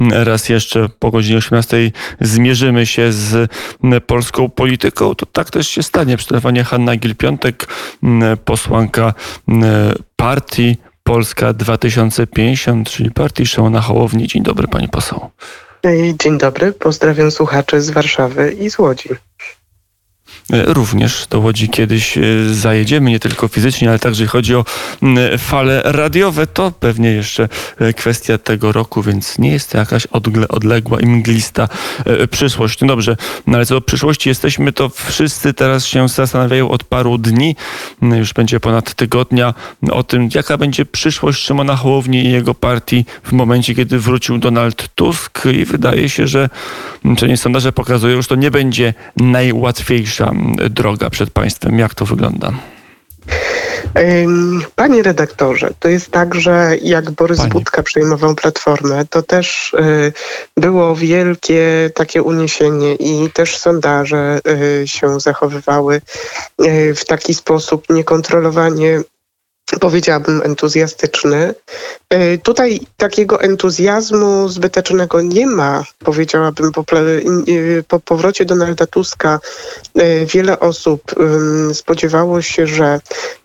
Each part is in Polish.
raz jeszcze po godzinie 18 zmierzymy się z polską polityką. To tak też się stanie. Przy telefonie Hanna Gill-Piątek, posłanka partii Polska 2050, czyli partii Szymona Hołowni. Dzień dobry, pani poseł. Dzień dobry, pozdrawiam słuchaczy z Warszawy i z Łodzi. Również do Łodzi kiedyś zajedziemy, nie tylko fizycznie, ale także chodzi o fale radiowe. To pewnie jeszcze kwestia tego roku, więc nie jest to jakaś odległa i mglista przyszłość. No dobrze, no ale co do przyszłości jesteśmy, to wszyscy teraz się zastanawiają od paru dni, już będzie ponad tygodnia, o tym, jaka będzie przyszłość Szymona Hołowni i jego partii w momencie, kiedy wrócił Donald Tusk, i wydaje się, że sondaże pokazują, że to nie będzie najłatwiejsza droga przed państwem. Jak to wygląda? Panie redaktorze, to jest tak, że jak Borys Budka przejmował Platformę, to też było wielkie takie uniesienie i też sondaże się zachowywały w taki sposób niekontrolowanie, powiedziałabym, entuzjastyczny. Tutaj takiego entuzjazmu zbytecznego nie ma, powiedziałabym, po powrocie Donalda Tuska. Wiele osób spodziewało się, że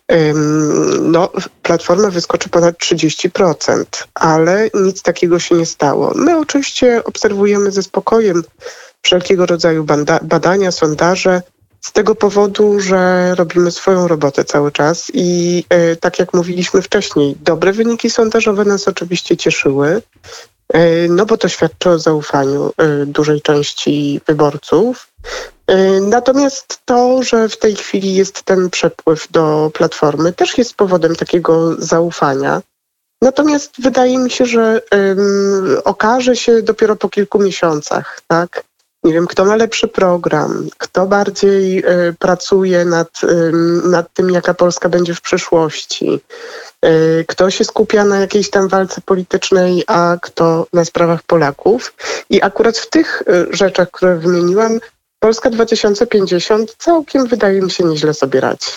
Platforma wyskoczy ponad 30%, ale nic takiego się nie stało. My oczywiście obserwujemy ze spokojem wszelkiego rodzaju badania, sondaże, z tego powodu, że robimy swoją robotę cały czas i tak jak mówiliśmy wcześniej, dobre wyniki sondażowe nas oczywiście cieszyły, bo to świadczy o zaufaniu dużej części wyborców. Natomiast to, że w tej chwili jest ten przepływ do Platformy, też jest powodem takiego zaufania. Natomiast wydaje mi się, że okaże się dopiero po kilku miesiącach, tak? Nie wiem, kto ma lepszy program, kto bardziej pracuje nad tym, jaka Polska będzie w przyszłości, kto się skupia na jakiejś tam walce politycznej, a kto na sprawach Polaków. I akurat w tych rzeczach, które wymieniłam, Polska 2050 całkiem, wydaje mi się, nieźle sobie radzi.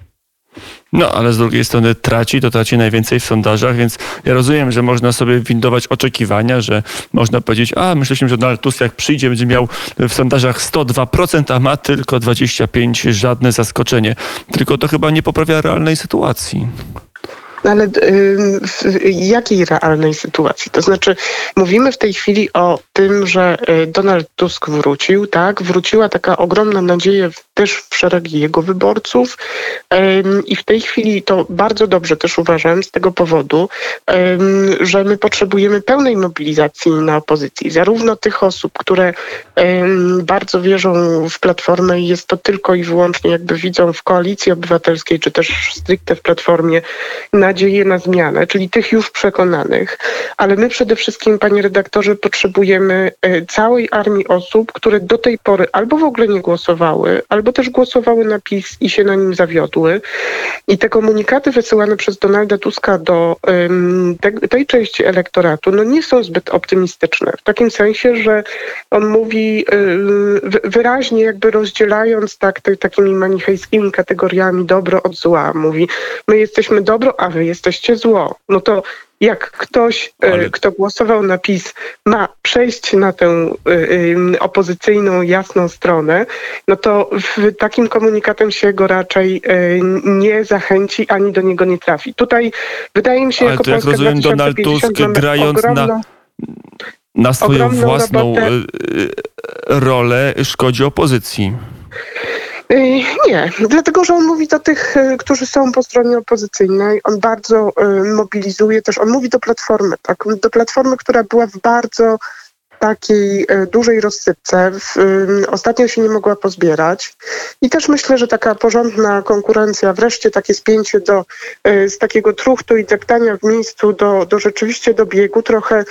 No, ale z drugiej strony traci najwięcej w sondażach, więc ja rozumiem, że można sobie windować oczekiwania, że można powiedzieć, myśleliśmy, że Donald Tusk jak przyjdzie, będzie miał w sondażach 102%, a ma tylko 25%, żadne zaskoczenie. Tylko to chyba nie poprawia realnej sytuacji. Ale w jakiej realnej sytuacji? To znaczy, mówimy w tej chwili o tym, że Donald Tusk wrócił, tak? Wróciła taka ogromna nadzieja też w szeregi jego wyborców i w tej chwili to bardzo dobrze też uważam z tego powodu, że my potrzebujemy pełnej mobilizacji na opozycji. Zarówno tych osób, które bardzo wierzą w Platformę i jest to tylko i wyłącznie jakby widzą w Koalicji Obywatelskiej, czy też stricte w Platformie nadzieję na zmianę, czyli tych już przekonanych. Ale my przede wszystkim, panie redaktorze, potrzebujemy całej armii osób, które do tej pory albo w ogóle nie głosowały, albo też głosowały na PiS i się na nim zawiodły. I te komunikaty wysyłane przez Donalda Tuska do tej części elektoratu nie są zbyt optymistyczne. W takim sensie, że on mówi wyraźnie, jakby rozdzielając takimi manichejskimi kategoriami dobro od zła. Mówi, my jesteśmy dobro, a wy jesteście zło. No to jak ktoś, kto głosował na PiS, ma przejść na tę opozycyjną, jasną stronę, no to takim komunikatem się go raczej nie zachęci, ani do niego nie trafi. Tutaj wydaje mi się, ale jako to, jak Polska rozumiem, Donald Tusk grając na swoją własną rolę szkodzi opozycji. Nie, dlatego, że on mówi do tych, którzy są po stronie opozycyjnej. On bardzo mobilizuje też, on mówi do Platformy, tak? Do Platformy, która była w bardzo takiej dużej rozsypce. Ostatnio się nie mogła pozbierać. I też myślę, że taka porządna konkurencja, wreszcie takie spięcie z takiego truchtu i deptania w miejscu do rzeczywiście do biegu trochę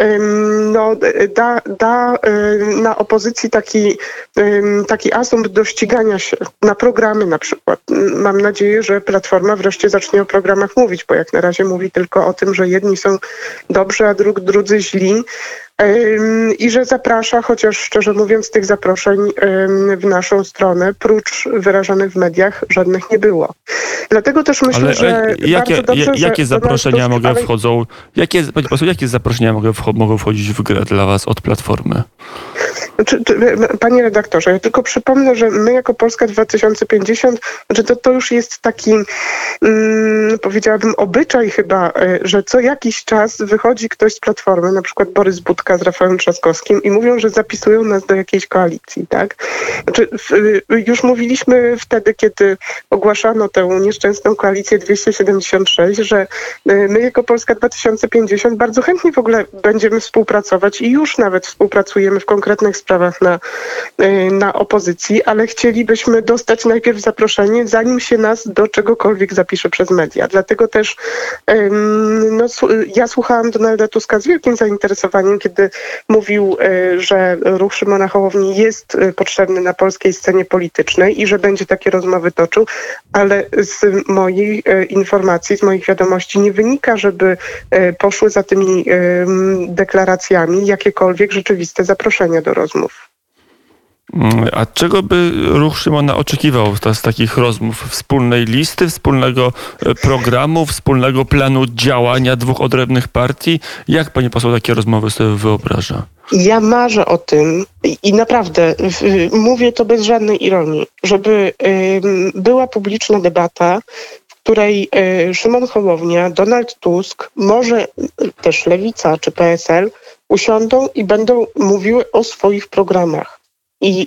da na opozycji taki asumpt do ścigania się na programy na przykład. Mam nadzieję, że Platforma wreszcie zacznie o programach mówić, bo jak na razie mówi tylko o tym, że jedni są dobrzy, a drudzy źli. I że zaprasza, chociaż szczerze mówiąc tych zaproszeń w naszą stronę, prócz wyrażanych w mediach, żadnych nie było. Dlatego też myślę, Ale że jakie, bardzo dobrze, jakie że zaproszenia Donald Tusk, wchodzą? Pani poseł, jakie zaproszenia mogą wchodzić w grę dla was od Platformy? Panie redaktorze, ja tylko przypomnę, że my jako Polska 2050, że to już jest taki, powiedziałabym, obyczaj chyba, że co jakiś czas wychodzi ktoś z Platformy, na przykład Borys Budka z Rafałem Trzaskowskim i mówią, że zapisują nas do jakiejś koalicji, tak? Już mówiliśmy wtedy, kiedy ogłaszano tę nieszczęsną koalicję 276, że my jako Polska 2050 bardzo chętnie w ogóle będziemy współpracować i już nawet współpracujemy w konkretnych sprawach na opozycji, ale chcielibyśmy dostać najpierw zaproszenie, zanim się nas do czegokolwiek zapisze przez media. Dlatego też ja słuchałam Donalda Tuska z wielkim zainteresowaniem, kiedy mówił, że ruch Szymona Hołowni jest potrzebny na polskiej scenie politycznej i że będzie takie rozmowy toczył, ale z mojej informacji, z moich wiadomości nie wynika, żeby poszły za tymi deklaracjami jakiekolwiek rzeczywiste zaproszenia do rozmów. A czego by ruch Szymona oczekiwał z takich rozmów? Wspólnej listy, wspólnego programu, wspólnego planu działania dwóch odrębnych partii? Jak pani poseł takie rozmowy sobie wyobraża? Ja marzę o tym i naprawdę mówię to bez żadnej ironii, żeby była publiczna debata, w której Szymon Hołownia, Donald Tusk, może też Lewica czy PSL usiądą i będą mówiły o swoich programach i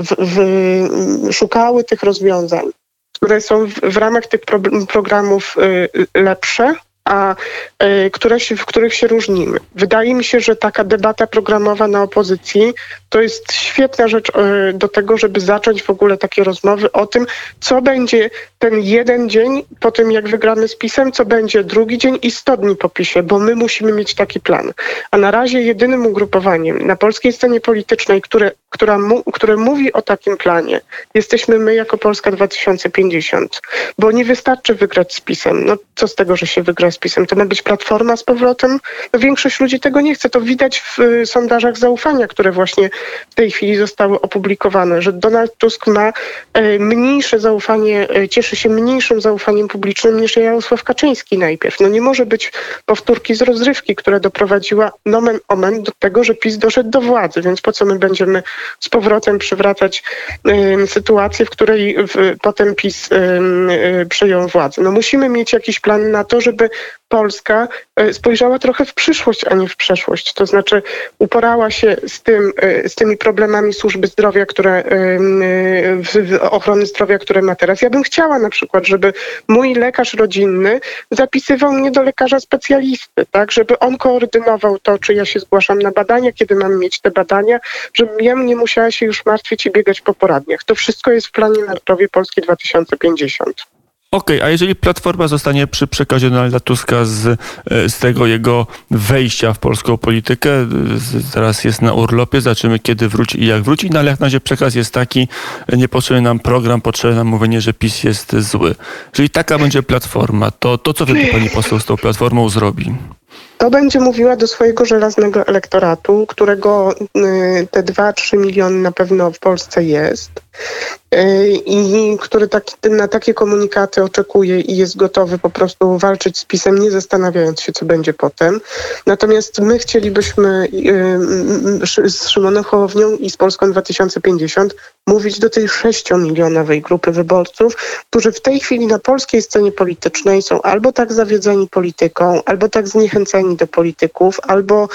szukały tych rozwiązań, które są w ramach tych programów lepsze, a w których się różnimy. Wydaje mi się, że taka debata programowa na opozycji to jest świetna rzecz do tego, żeby zacząć w ogóle takie rozmowy o tym, co będzie ten jeden dzień po tym, jak wygramy z PiS-em, co będzie drugi dzień i 100 dni po PiS-ie, bo my musimy mieć taki plan. A na razie jedynym ugrupowaniem na polskiej scenie politycznej, które mówi o takim planie, jesteśmy my jako Polska 2050. Bo nie wystarczy wygrać z PiS-em. No co z tego, że się wygra z PiS-em? To ma być Platforma z powrotem? No, większość ludzi tego nie chce. To widać w sondażach zaufania, które właśnie w tej chwili zostały opublikowane, że Donald Tusk ma mniejsze zaufanie, cieszy się mniejszym zaufaniem publicznym niż Jarosław Kaczyński najpierw. No nie może być powtórki z rozrywki, która doprowadziła nomen omen do tego, że PiS doszedł do władzy, więc po co my będziemy z powrotem przywracać sytuację, w której potem PiS przejął władzę. No musimy mieć jakiś plan na to, żeby Polska spojrzała trochę w przyszłość, a nie w przeszłość. To znaczy uporała się z tymi problemami służby zdrowia, ochrony zdrowia, które ma teraz. Ja bym chciała na przykład, żeby mój lekarz rodzinny zapisywał mnie do lekarza specjalisty, tak, żeby on koordynował to, czy ja się zgłaszam na badania, kiedy mam mieć te badania, żebym ja nie musiała się już martwić i biegać po poradniach. To wszystko jest w planie narodowej Polski 2050. Okej, a jeżeli Platforma zostanie przy przekazie Donalda Tuska z tego jego wejścia w polską politykę, teraz jest na urlopie, zobaczymy kiedy wróci i jak wróci, no ale jak na razie przekaz jest taki, nie potrzebny nam program, potrzebne nam mówienie, że PiS jest zły. Jeżeli taka będzie Platforma, to co wtedy pani poseł z tą Platformą zrobi? To będzie mówiła do swojego żelaznego elektoratu, którego te 2-3 miliony na pewno w Polsce jest i który na takie komunikaty oczekuje i jest gotowy po prostu walczyć z PiS-em, nie zastanawiając się, co będzie potem. Natomiast my chcielibyśmy z Szymonem Hołownią i z Polską 2050 mówić do tej 6-milionowej grupy wyborców, którzy w tej chwili na polskiej scenie politycznej są albo tak zawiedzeni polityką, albo tak zniechęceni do polityków, albo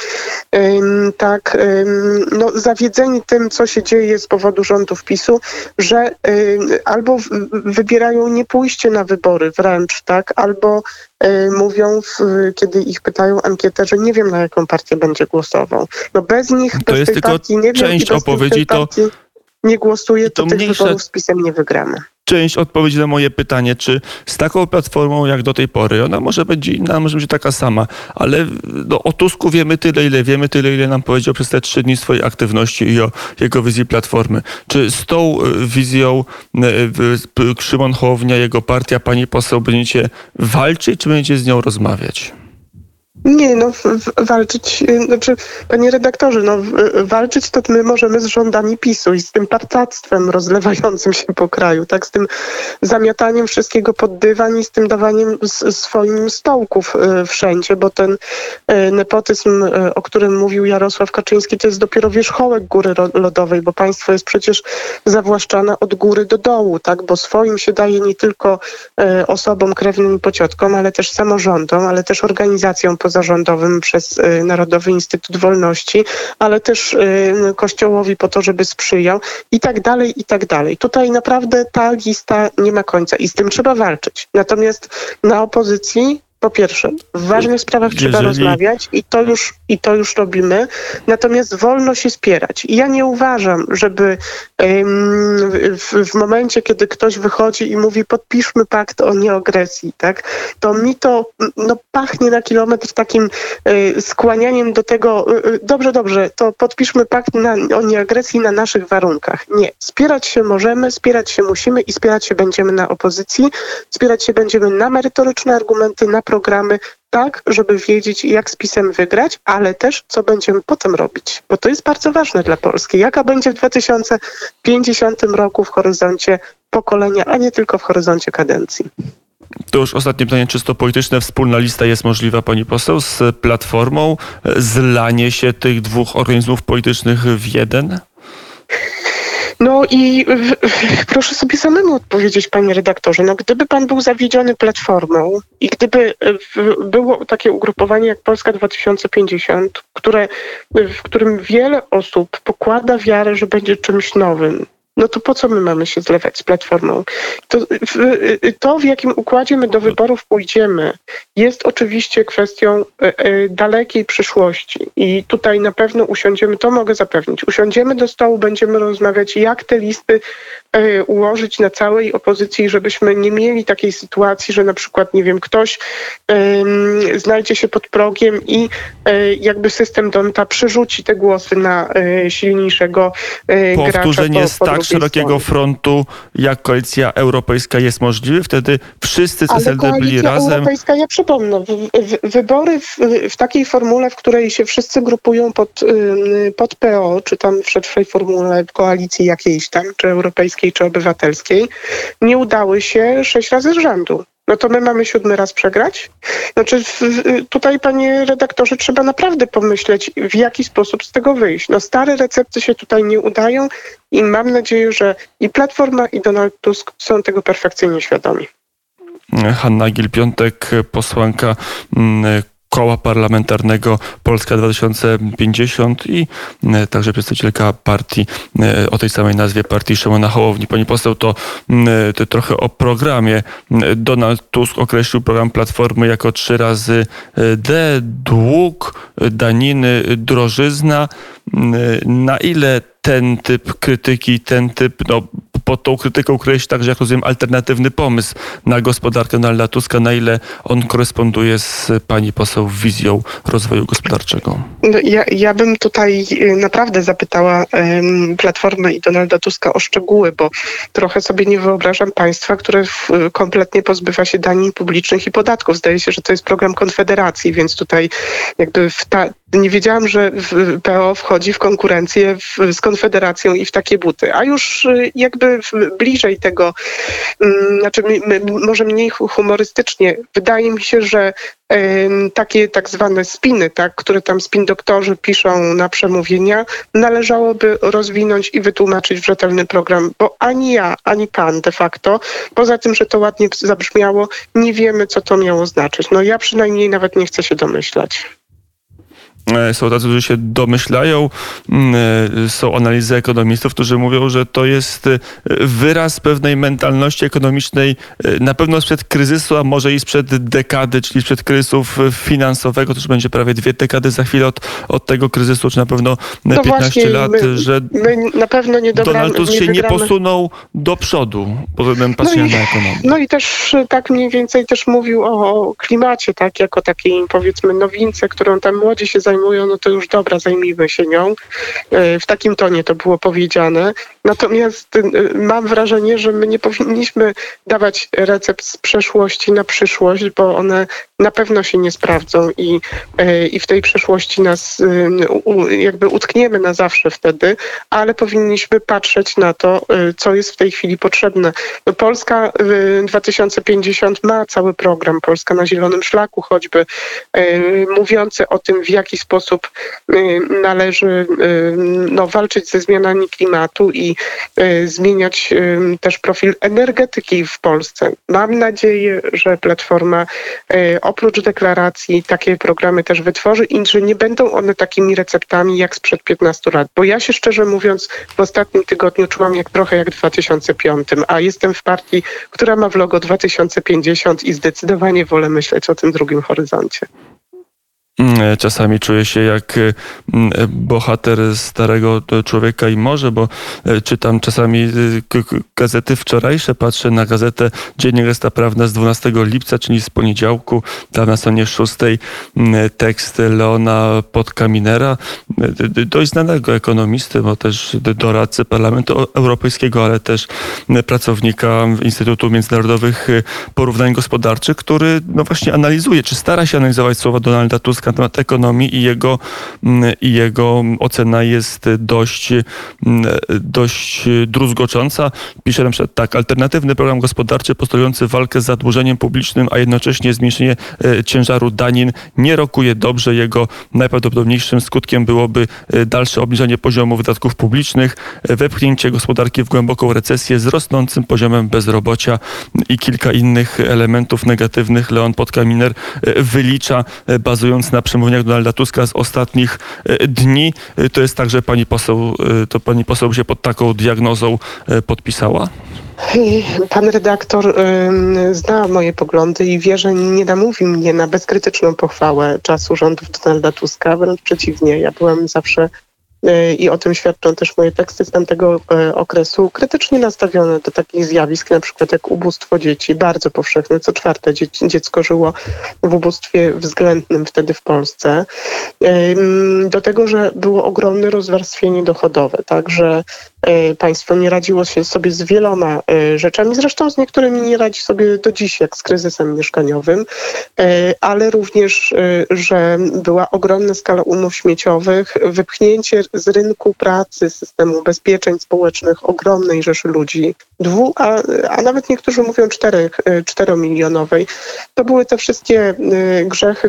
zawiedzeni tym, co się dzieje z powodu rządów PiS-u, że albo wybierają nie pójście na wybory wręcz, tak, albo mówią, kiedy ich pytają ankieterzy, nie wiem, na jaką partię będzie głosował. No bez nich, to bez jest tej tylko partii nie wiem, część i bez odpowiedzi, tej partii nie głosuje, to tych wyborów z PiS-em nie wygramy. Część odpowiedzi na moje pytanie, czy z taką Platformą jak do tej pory, ona może będzie inna, może być taka sama, ale o Tusku wiemy tyle, ile nam powiedział przez te 3 dni swojej aktywności i o jego wizji Platformy. Czy z tą wizją Szymon Hołownia, jego partia, pani poseł, będziecie walczyć, czy będziecie z nią rozmawiać? Nie, no walczyć, znaczy, panie redaktorze, walczyć to my możemy z rządami PiS-u i z tym partactwem rozlewającym się po kraju, tak, z tym zamiataniem wszystkiego pod dywan i z tym dawaniem swoim stołków wszędzie, bo ten nepotyzm, o którym mówił Jarosław Kaczyński, to jest dopiero wierzchołek góry lodowej, bo państwo jest przecież zawłaszczane od góry do dołu, tak, bo swoim się daje nie tylko osobom krewnym i pociotkom, ale też samorządom, ale też organizacjom pozarządowym przez Narodowy Instytut Wolności, ale też Kościołowi po to, żeby sprzyjał i tak dalej, i tak dalej. Tutaj naprawdę ta lista nie ma końca i z tym trzeba walczyć. Natomiast na opozycji po pierwsze, w ważnych sprawach trzeba rozmawiać i to już robimy, natomiast wolno się spierać. I ja nie uważam, żeby w momencie, kiedy ktoś wychodzi i mówi podpiszmy pakt o nieagresji, tak, to mi to pachnie na kilometr takim skłanianiem do tego, dobrze, to podpiszmy pakt o nieagresji na naszych warunkach. Nie. Spierać się możemy, spierać się musimy i spierać się będziemy na opozycji, spierać się będziemy na merytoryczne argumenty, na programy, tak, żeby wiedzieć, jak z PiS-em wygrać, ale też, co będziemy potem robić. Bo to jest bardzo ważne dla Polski. Jaka będzie w 2050 roku w horyzoncie pokolenia, a nie tylko w horyzoncie kadencji. To już ostatnie pytanie czysto polityczne. Wspólna lista jest możliwa, pani poseł, z Platformą? Zlanie się tych dwóch organizmów politycznych w jeden? No i proszę sobie samemu odpowiedzieć, panie redaktorze. Gdyby pan był zawiedziony Platformą i gdyby było takie ugrupowanie jak Polska 2050, w którym wiele osób pokłada wiarę, że będzie czymś nowym, no to po co my mamy się zlewać z Platformą? To, w jakim układzie my do wyborów pójdziemy, jest oczywiście kwestią dalekiej przyszłości. I tutaj na pewno usiądziemy, to mogę zapewnić, usiądziemy do stołu, będziemy rozmawiać, jak te listy ułożyć na całej opozycji, żebyśmy nie mieli takiej sytuacji, że na przykład, nie wiem, ktoś znajdzie się pod progiem i jakby system Donta przerzuci te głosy na silniejszego gracza. Powtórzenie jest tak szerokiego frontu, jak Koalicja Europejska jest możliwy. Wtedy wszyscy z SLD byli razem. Europejska, ja przypomnę, wybory w takiej formule, w której się wszyscy grupują pod PO, czy tam w szerszej formule koalicji jakiejś tam, czy europejskiej, czy obywatelskiej, nie udały się 6 razy z rzędu. No to my mamy 7 raz przegrać? Znaczy tutaj, panie redaktorze, trzeba naprawdę pomyśleć, w jaki sposób z tego wyjść. Stare recepty się tutaj nie udają i mam nadzieję, że i Platforma, i Donald Tusk są tego perfekcyjnie świadomi. Hanna Gill-Piątek, posłanka Koła Parlamentarnego Polska 2050 i także przedstawicielka partii o tej samej nazwie, partii Szymona Hołowni. Pani poseł, to trochę o programie. Donald Tusk określił program Platformy jako 3 razy D, dług, daniny, drożyzna. Na ile ten typ krytyki, pod tą krytyką kryje się także, jak rozumiem, alternatywny pomysł na gospodarkę Donalda Tuska, na ile on koresponduje z pani poseł wizją rozwoju gospodarczego? Ja bym tutaj naprawdę zapytała Platformę i Donalda Tuska o szczegóły, bo trochę sobie nie wyobrażam państwa, które kompletnie pozbywa się danin publicznych i podatków. Zdaje się, że to jest program Konfederacji, więc tutaj jakby nie wiedziałam, że PO wchodzi w konkurencję z Konfederacją i w takie buty. A już jakby bliżej tego, znaczy może mniej humorystycznie, wydaje mi się, że takie tak zwane spiny, tak, które tam spin doktorzy piszą na przemówienia, należałoby rozwinąć i wytłumaczyć w rzetelny program, bo ani ja, ani pan de facto, poza tym, że to ładnie zabrzmiało, nie wiemy, co to miało znaczyć. Ja przynajmniej nawet nie chcę się domyślać. Są tacy, którzy się domyślają. Są analizy ekonomistów, którzy mówią, że to jest wyraz pewnej mentalności ekonomicznej na pewno sprzed kryzysu, a może i sprzed dekady, czyli sprzed kryzysu finansowego. To już będzie prawie 2 dekady za chwilę od tego kryzysu, czy na pewno 15 właśnie, lat, że my na pewno Donald Tusk się nie posunął do przodu pod względem patrzenia na ekonomię. No i też tak mniej więcej też mówił o klimacie, tak, jako takiej, powiedzmy, nowince, którą tam młodzi się zajmują, no to już dobra, zajmijmy się nią. W takim tonie to było powiedziane. Natomiast mam wrażenie, że my nie powinniśmy dawać recept z przeszłości na przyszłość, bo one na pewno się nie sprawdzą i w tej przeszłości nas jakby utkniemy na zawsze wtedy, ale powinniśmy patrzeć na to, co jest w tej chwili potrzebne. No, Polska 2050 ma cały program, Polska na Zielonym Szlaku choćby, mówiący o tym, w jaki sposób należy walczyć ze zmianami klimatu i zmieniać też profil energetyki w Polsce. Mam nadzieję, że Platforma oprócz deklaracji takie programy też wytworzy i że nie będą one takimi receptami jak sprzed 15 lat. Bo ja się szczerze mówiąc w ostatnim tygodniu czułam trochę jak w 2005, a jestem w partii, która ma w logo 2050 i zdecydowanie wolę myśleć o tym drugim horyzoncie. Czasami czuję się jak bohater Starego Człowieka i Morze, bo czytam czasami gazety wczorajsze, patrzę na gazetę Dziennik Gazeta Prawna z 12 lipca, czyli z poniedziałku, tam na stronie 6 tekst Leona Podkaminera, dość znanego ekonomisty, bo też doradcy Parlamentu Europejskiego, ale też pracownika Instytutu Międzynarodowych Porównań Gospodarczych, który właśnie analizuje, czy stara się analizować słowa Donalda Tuska na temat ekonomii i jego ocena jest dość druzgocząca. Pisze na przykład tak: alternatywny program gospodarczy postulujący walkę z zadłużeniem publicznym, a jednocześnie zmniejszenie ciężaru danin nie rokuje dobrze. Jego najprawdopodobniejszym skutkiem byłoby dalsze obniżenie poziomu wydatków publicznych, wepchnięcie gospodarki w głęboką recesję z rosnącym poziomem bezrobocia i kilka innych elementów negatywnych. Leon Podkaminer wylicza, bazując na przemówieniach Donalda Tuska z ostatnich dni. To jest tak, że pani poseł się pod taką diagnozą podpisała? Pan redaktor zna moje poglądy i wie, że nie namówi mnie na bezkrytyczną pochwałę czasu rządów Donalda Tuska. Wręcz przeciwnie, ja byłam zawsze, i o tym świadczą też moje teksty z tamtego okresu, krytycznie nastawione do takich zjawisk, na przykład jak ubóstwo dzieci, bardzo powszechne. Co czwarte dziecko żyło w ubóstwie względnym wtedy w Polsce. Do tego, że było ogromne rozwarstwienie dochodowe, także państwo nie radziło się sobie z wieloma rzeczami, zresztą z niektórymi nie radzi sobie do dziś, jak z kryzysem mieszkaniowym, ale również, że była ogromna skala umów śmieciowych, wypchnięcie z rynku pracy, systemu ubezpieczeń społecznych ogromnej rzeszy ludzi, a nawet niektórzy mówią 4-milionowej. To były te wszystkie grzechy,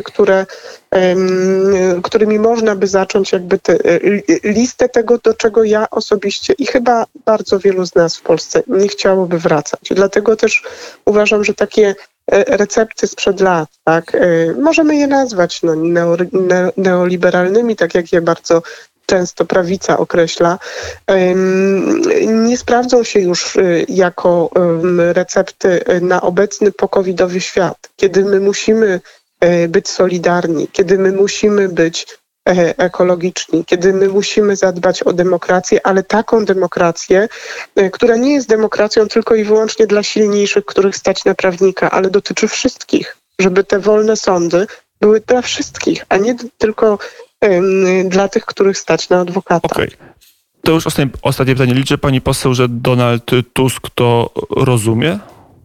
którymi można by zacząć jakby listę tego, do czego ja osobiście i chyba bardzo wielu z nas w Polsce nie chciałoby wracać. Dlatego też uważam, że takie recepty sprzed lat, tak, możemy je nazwać neoliberalnymi, tak jak je bardzo często prawica określa, nie sprawdzą się już jako recepty na obecny pokowidowy świat, kiedy my musimy być solidarni, kiedy my musimy być ekologiczni, kiedy my musimy zadbać o demokrację, ale taką demokrację, która nie jest demokracją tylko i wyłącznie dla silniejszych, których stać na prawnika, ale dotyczy wszystkich, żeby te wolne sądy były dla wszystkich, a nie tylko dla tych, których stać na adwokata. Okay. To już ostatnie pytanie. Liczy pani poseł, że Donald Tusk to rozumie?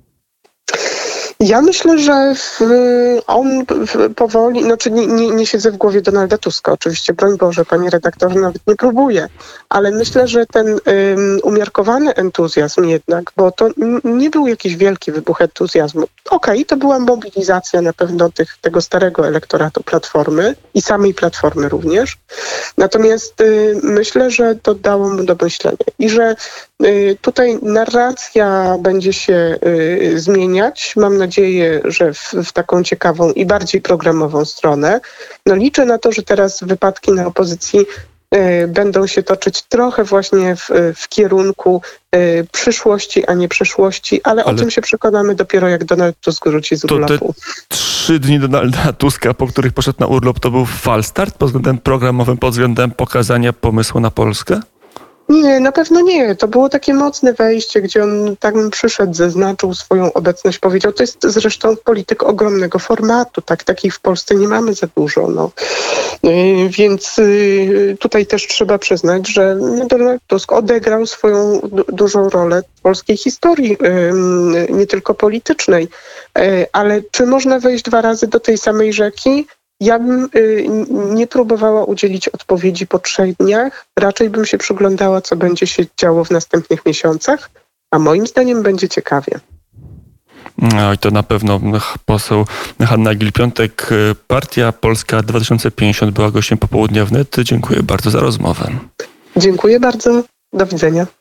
Ja myślę, że on powoli, nie siedzę w głowie Donalda Tuska, oczywiście, broń Boże, panie redaktorze, nawet nie próbuję, ale myślę, że ten umiarkowany entuzjazm jednak, bo to nie był jakiś wielki wybuch entuzjazmu. Okej, to była mobilizacja na pewno tego starego elektoratu Platformy i samej Platformy również, natomiast myślę, że to dało mu do myślenia i że tutaj narracja będzie się zmieniać. Mam nadzieję, że w taką ciekawą i bardziej programową stronę. Liczę na to, że teraz wypadki na opozycji będą się toczyć trochę właśnie w kierunku przyszłości, a nie przeszłości, ale o tym się przekonamy dopiero jak Donald Tusk wróci z urlopu. 3 dni Donalda Tuska, po których poszedł na urlop, to był falstart pod względem programowym, pod względem pokazania pomysłu na Polskę? Nie, na pewno nie. To było takie mocne wejście, gdzie on tak przyszedł, zaznaczył swoją obecność, powiedział, to jest zresztą polityk ogromnego formatu, tak, takich w Polsce nie mamy za dużo, no. Więc tutaj też trzeba przyznać, że Donald Tusk odegrał swoją dużą rolę w polskiej historii, nie tylko politycznej. Ale czy można wejść 2 razy do tej samej rzeki? Ja bym nie próbowała udzielić odpowiedzi po 3 dniach. Raczej bym się przyglądała, co będzie się działo w następnych miesiącach, a moim zdaniem będzie ciekawie. No i to na pewno poseł Hanna Gill-Piątek, Partia Polska 2050 była gościem Popołudnia Wnet. Dziękuję bardzo za rozmowę. Dziękuję bardzo. Do widzenia.